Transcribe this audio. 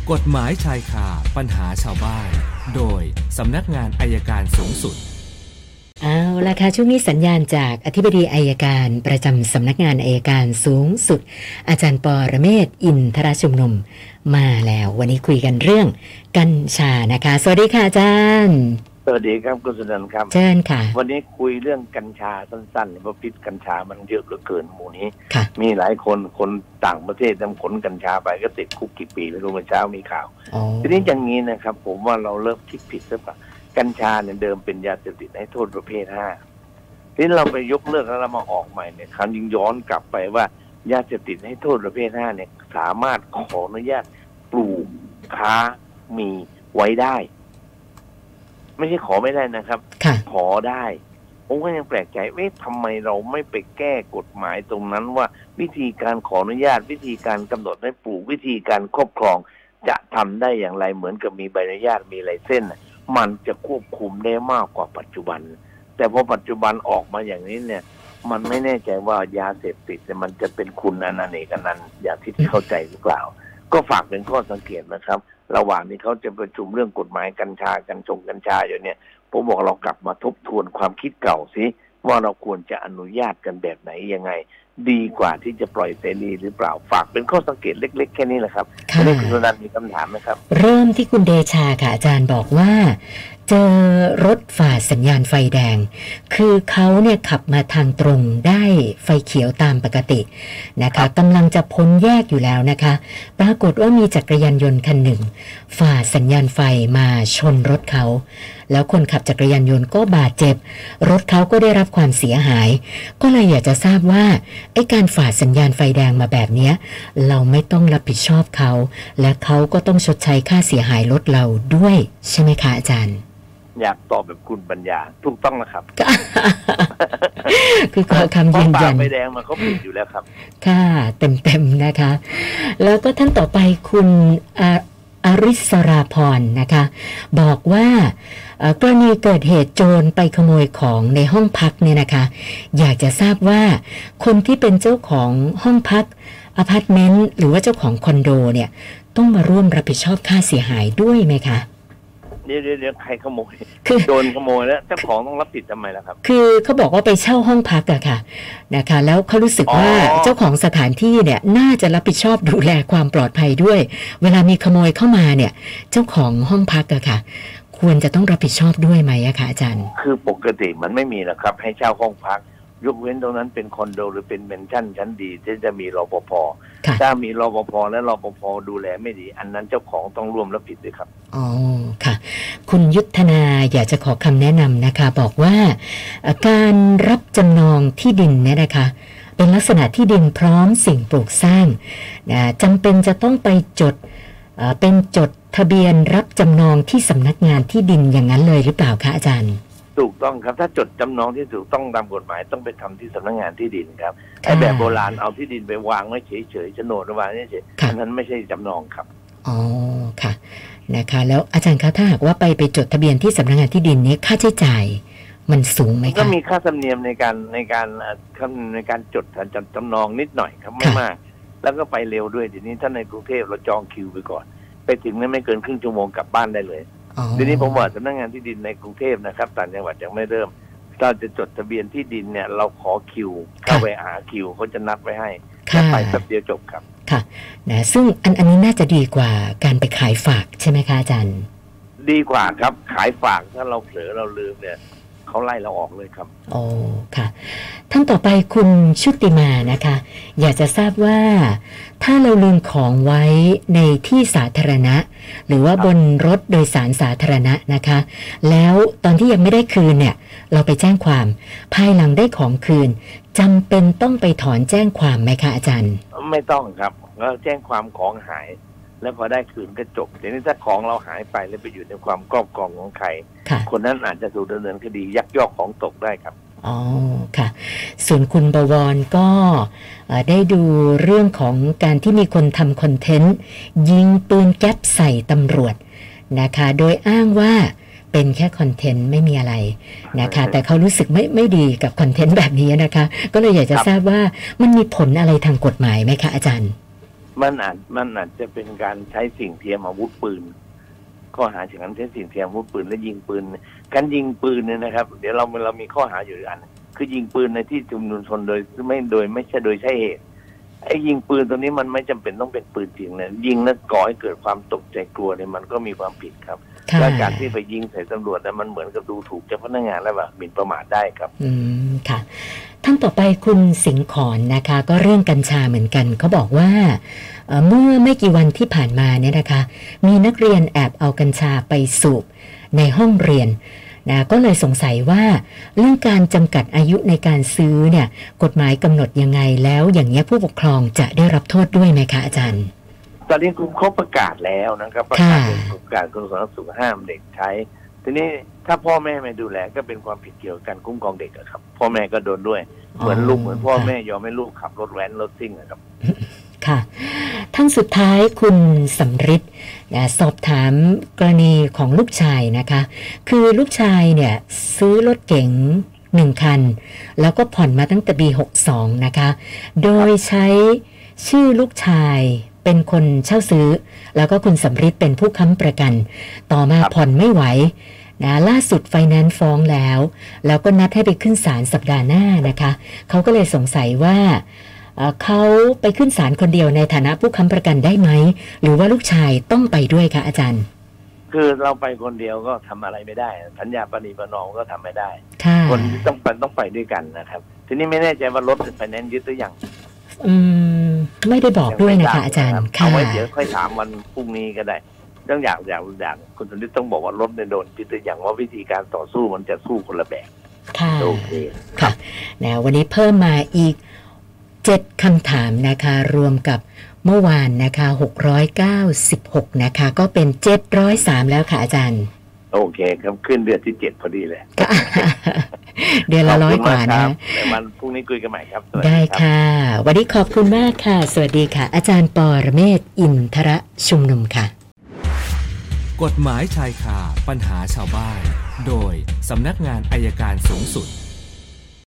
กฎหมายชายคาปัญหาชาวบ้านโดยสำนักงานอัยการสูงสุดเอาล่ะค่ะช่วงนี้สัญญาณจากอธิบดีอัยการประจำสำนักงานอัยการสูงสุดอาจารย์ปรเมศวร์ อินทรชุมนุมมาแล้ววันนี้คุยกันเรื่องกัญชานะคะสวัสดีค่ะอาจารย์สวัสดีครับคุณสุนันท์ครับเชิญค่ะวันนี้คุยเรื่องกัญชาสั้นๆเพราะพิษกัญชามันเยอะเหลือเกินหมู่นี้มีหลายคนต่างประเทศนำขนกัญชาไปก็ติดคุกกี่ปีแล้วรู้เมื่อเช้ามีข่าวทีนี้อย่างนี้นะครับผมว่าเราเริ่มคิดผิดหรือเปล่ากัญชาเนี่ยเดิมเป็นยาเสพติดให้โทษประเภท5ทีนี้เราไปยกเลิกแล้วเรามาออกใหม่เนี่ยคำยิ่งย้อนกลับไปว่ายาเสพติดให้โทษประเภท5เนี่ยสามารถขออนุญาตปลูกค้ามีไว้ได้ไม่ใช่ขอไม่ได้นะครับขอได้ผมก็ยังแปลกใจทำไมเราไม่ไปแก้กฎหมายตรงนั้นว่าวิธีการขออนุญาตวิธีการกำหนดให้ปลูกวิธีการครอบครองจะทำได้อย่างไรเหมือนกับมีใบอนุญาตมีไลเซนส์มันจะควบคุมได้มากกว่าปัจจุบันแต่พอปัจจุบันออกมาอย่างนี้เนี่ยมันไม่แน่ใจว่ายาเสพติดเนี่ยมันจะเป็นคุณอนันต์เอกอนันต์อย่างที่เข้าใจหรือเปล่าก็ฝากเป็นข้อสังเกตนะครับระหว่างนี้เขาจะประชุมเรื่องกฎหมายกัญชากัญชาอยู่เนี่ยผมบอกเรากลับมาทบทวนความคิดเก่าสิว่าเราควรจะอนุญาตกันแบบไหนยังไงดีกว่าที่จะปล่อยเสรีหรือเปล่าฝากเป็นข้อสังเกตเล็กๆแค่นี้แหละครับคุณสุนันท์มีคำถามไหมครับเริ่มที่คุณเดชาค่ะอาจารย์บอกว่าเจอรถฝ่าสัญญาณไฟแดงคือเขาเนี่ยขับมาทางตรงได้ไฟเขียวตามปกตินะคะกำลังจะพ้นแยกอยู่แล้วนะคะปรากฏว่ามีจักรยานยนต์คันหนึ่งฝ่าสัญญาณไฟมาชนรถเขาแล้วคนขับจักรยานยนต์ก็บาดเจ็บรถเขาก็ได้รับความเสียหายก็เลยอยากจะทราบว่าไอ้การฝ่าสัญญาณไฟแดงมาแบบนี้เราไม่ต้องรับผิดชอบเขาและเขาก็ต้องชดใช้ค่าเสียหายรถเราด้วยใช่ไหมคะอาจารย์อยากตอบแบบคุณปัญญาถูกต้องนะครับคือขอคำยืนยันไฟแดงมันเขาผิดอยู่แล้วครับค่ะเต็มๆนะคะแล้วก็ท่านต่อไปคุณอริศราพรนะคะบอกว่ากรณีเกิดเหตุโจรไปขโมยของในห้องพักเนี่ยนะคะอยากจะทราบว่าคนที่เป็นเจ้าของห้องพักอพาร์ตเมนต์หรือว่าเจ้าของคอนโดเนี่ยต้องมาร่วมรับผิดชอบค่าเสียหายด้วยไหมคะเดี๋ยวใครขโมยโดนขโมยแล้วเจ้าของต้องรับผิดทำไมล่ะครับคือเขาบอกว่าไปเช่าห้องพักอะค่ะนะคะแล้วเขารู้สึกว่าเจ้าของสถานที่เนี่ยน่าจะรับผิดชอบดูแลความปลอดภัยด้วยเวลามีขโมยเข้ามาเนี่ยเจ้าของห้องพักอะค่ะควรจะต้องรับผิดชอบด้วยไหมอะคะอาจารย์คือปกติมันไม่มีหรอกครับให้เช่าห้องพักยกเว้นตรงนั้นเป็นคอนโดหรือเป็นแมนชั่นชั้นดีที่จะมีรปภ.ถ้ามีรปภ.และรปภ.ดูแลไม่ดีอันนั้นเจ้าของต้องร่วมรับผิดด้วยครับอ๋อค่ะคุณยุทธนาอยากจะขอคำแนะนำนะคะบอกว่าการรับจำนองที่ดินเนี่ยนะคะเป็นลักษณะที่ดินพร้อมสิ่งปลูกสร้างจำเป็นจะต้องไปจดทะเบียนรับจำนองที่สำนักงานที่ดินอย่างนั้นเลยหรือเปล่าคะอาจารย์ถูกต้องครับถ้าจดจำนองที่ถูกต้องตามกฎหมายต้องไปทำที่สำนักงานที่ดินครับไอ้แบบโบราณเอาที่ดินไปวางไว้เฉยๆโฉนดวางเฉยๆนั้นไม่ใช่จำนองครับอ๋อค่ะนะคะแล้วอาจารย์คะถ้าหากว่าไปจดทะเบียนที่สำนักงานที่ดินนี้ค่าใช้จ่ายมันสูงไหมคะก็มีค่าธรรมเนียมในการจดจำนองนิดหน่อยครับไม่มากแล้วก็ไปเร็วด้วยทีนี้ถ้าในกรุงเทพเราจองคิวไปก่อนไปถึงไม่เกินครึ่งชั่วโมงกลับบ้านได้เลยทีนี้ผมว่าสำนักงานที่ดินในกรุงเทพนะครับต่างจังหวัดยังไม่เริ่มถ้าจะจดทะเบียนที่ดินเนี่ยเราขอคิวเข้าไปหาคิวเขาจะนัดไว้ให้ไปแป๊บเดียวจบครับค่ะนะซึ่งอันนี้น่าจะดีกว่าการไปขายฝากใช่ไหมคะอาจารย์ดีกว่าครับขายฝากถ้าเราเผลอเราลืมเนี่ยเขาไล่เราออกเลยครับโอ้ค่ะท่านต่อไปคุณชุติมานะคะอยากจะทราบว่าถ้าเราลืมของไว้ในที่สาธารณะหรือว่าบนรถโดยสารสาธารณะนะคะแล้วตอนที่ยังไม่ได้คืนเนี่ยเราไปแจ้งความภายหลังได้ของคืนจำเป็นต้องไปถอนแจ้งความไหมคะอาจารย์ไม่ต้องครับเราแจ้งความของหายแล้วพอได้คืนก็จบทีนี้ถ้าของเราหายไปแล้วไปอยู่ในความครอบครองของใครคนนั้นอาจจะถูกดำเนินคดียักยอกของตกได้ครับอ๋อค่ะส่วนคุณบวรก็ได้ดูเรื่องของการที่มีคนทำคอนเทนต์ยิงปืนแก๊ปใส่ตำรวจนะคะโดยอ้างว่าเป็นแค่คอนเทนต์ไม่มีอะไรนะคะแต่เขารู้สึกไม่ดีกับคอนเทนต์แบบนี้นะคะก็เลยอยากจะทราบว่ามันมีผลอะไรทางกฎหมายไหมคะอาจารย์มันอาจจะเป็นการใช้สิ่งเทียมอาวุธปืนข้อหาอย่างนั้นใช้สิ่งเทียมอาวุธปืนและยิงปืนการยิงปืนเนี่ยนะครับเดี๋ยวเรามีข้อหาอยู่อันคือยิงปืนในที่ชุมนุมชนโดยไม่ใช่โดยใช่เหตุไอ้ยิงปืนตัวนี้มันไม่จำเป็นต้องเป็นปืนจริงนะยิงแล้วก่อให้เกิดความตกใจกลัวเนี่ยมันก็มีความผิดครับและการที่ไปยิงใส่ตำรวจนั้นมันเหมือนกับดูถูกเจ้าพนักงานและแบบหมิ่นประมาทได้ครับค่ะท่านต่อไปคุณสิงห์ขอนนะคะก็เรื่องกัญชาเหมือนกันเขาบอกว่าเมื่อไม่กี่วันที่ผ่านมาเนี่ยนะคะมีนักเรียนแอบเอากัญชาไปสูบในห้องเรียนนะก็เลยสงสัยว่าเรื่องการจำกัดอายุในการซื้อเนี่ยกฎหมายกำหนดยังไงแล้วอย่างนี้ผู้ปกครองจะได้รับโทษด้วยไหมคะอาจารย์ตอนนี้เขาประกาศแล้วนะครับประกาศกระทรวงสาธารณสุขห้ามเด็กใช้ทีนี้ถ้าพ่อแม่ไม่ดูแลก็เป็นความผิดเกี่ยวกับการคุ้มครองเด็กครับพ่อแม่ก็โดนด้วยเหมือนลูกเหมือนพ่อแม่ยอมให้ลูกขับรถแว้นรถซิ่งนะครับค่ะท่านสุดท้ายคุณสำริดสอบถามกรณีของลูกชายนะคะคือลูกชายเนี่ยซื้อรถเก๋ง1 คันแล้วก็ผ่อนมาตั้งแต่ปี62นะคะโดยใช้ชื่อลูกชายเป็นคนเช่าซื้อแล้วก็คุณสำริดเป็นผู้ค้ำประกันต่อมาผ่อนไม่ไหวนะล่าสุดไฟแนนซ์ฟ้องแล้วก็นัดให้ไปขึ้นศาลสัปดาห์หน้านะคะเขาก็เลยสงสัยว่าเขาไปขึ้นศาลคนเดียวในฐานะผู้ค้ำประกันได้ไหมหรือว่าลูกชายต้องไปด้วยคะอาจารย์คือเราไปคนเดียวก็ทำอะไรไม่ได้สัญญาปณีประนอมก็ทำไม่ได้คนที่ต้องไปด้วยกันนะครับทีนี้ไม่แน่ใจว่ารถไฟแนนซ์ยึดหรือยังไม่ได้บอกด้วยนะคะอาจารย์เอาไว้เดี๋ยวค่อยถามวันพรุ่งนี้ก็ได้ต้องอย่างคุณสมฤทธิ์ต้องบอกว่ารถในโดนยึดหรือยังว่าวิธีการต่อสู้มันจะสู้คนละแบบค่ะโอเคค่ะแล้ววันนี้เพิ่มมาอีก7 คำถามนะคะรวมกับเมื่อวานนะคะ696นะคะก็เป็น703แล้วค่ะอาจารย์โอเคครับขึ้นเดือนที่7พอดีเลยเดือนละ100 กว่านะวันพรุ่งนี้คุยกันใหม่ครับได้ค่ะวันนี้ขอบคุณมากค่ะสวัสดีค่ะอาจารย์ปรเมศวร์อินทรชุมนุมค่ะกฎหมายชายคาปัญหาชาวบ้านโดยสำนักงานอัยการสูงสุด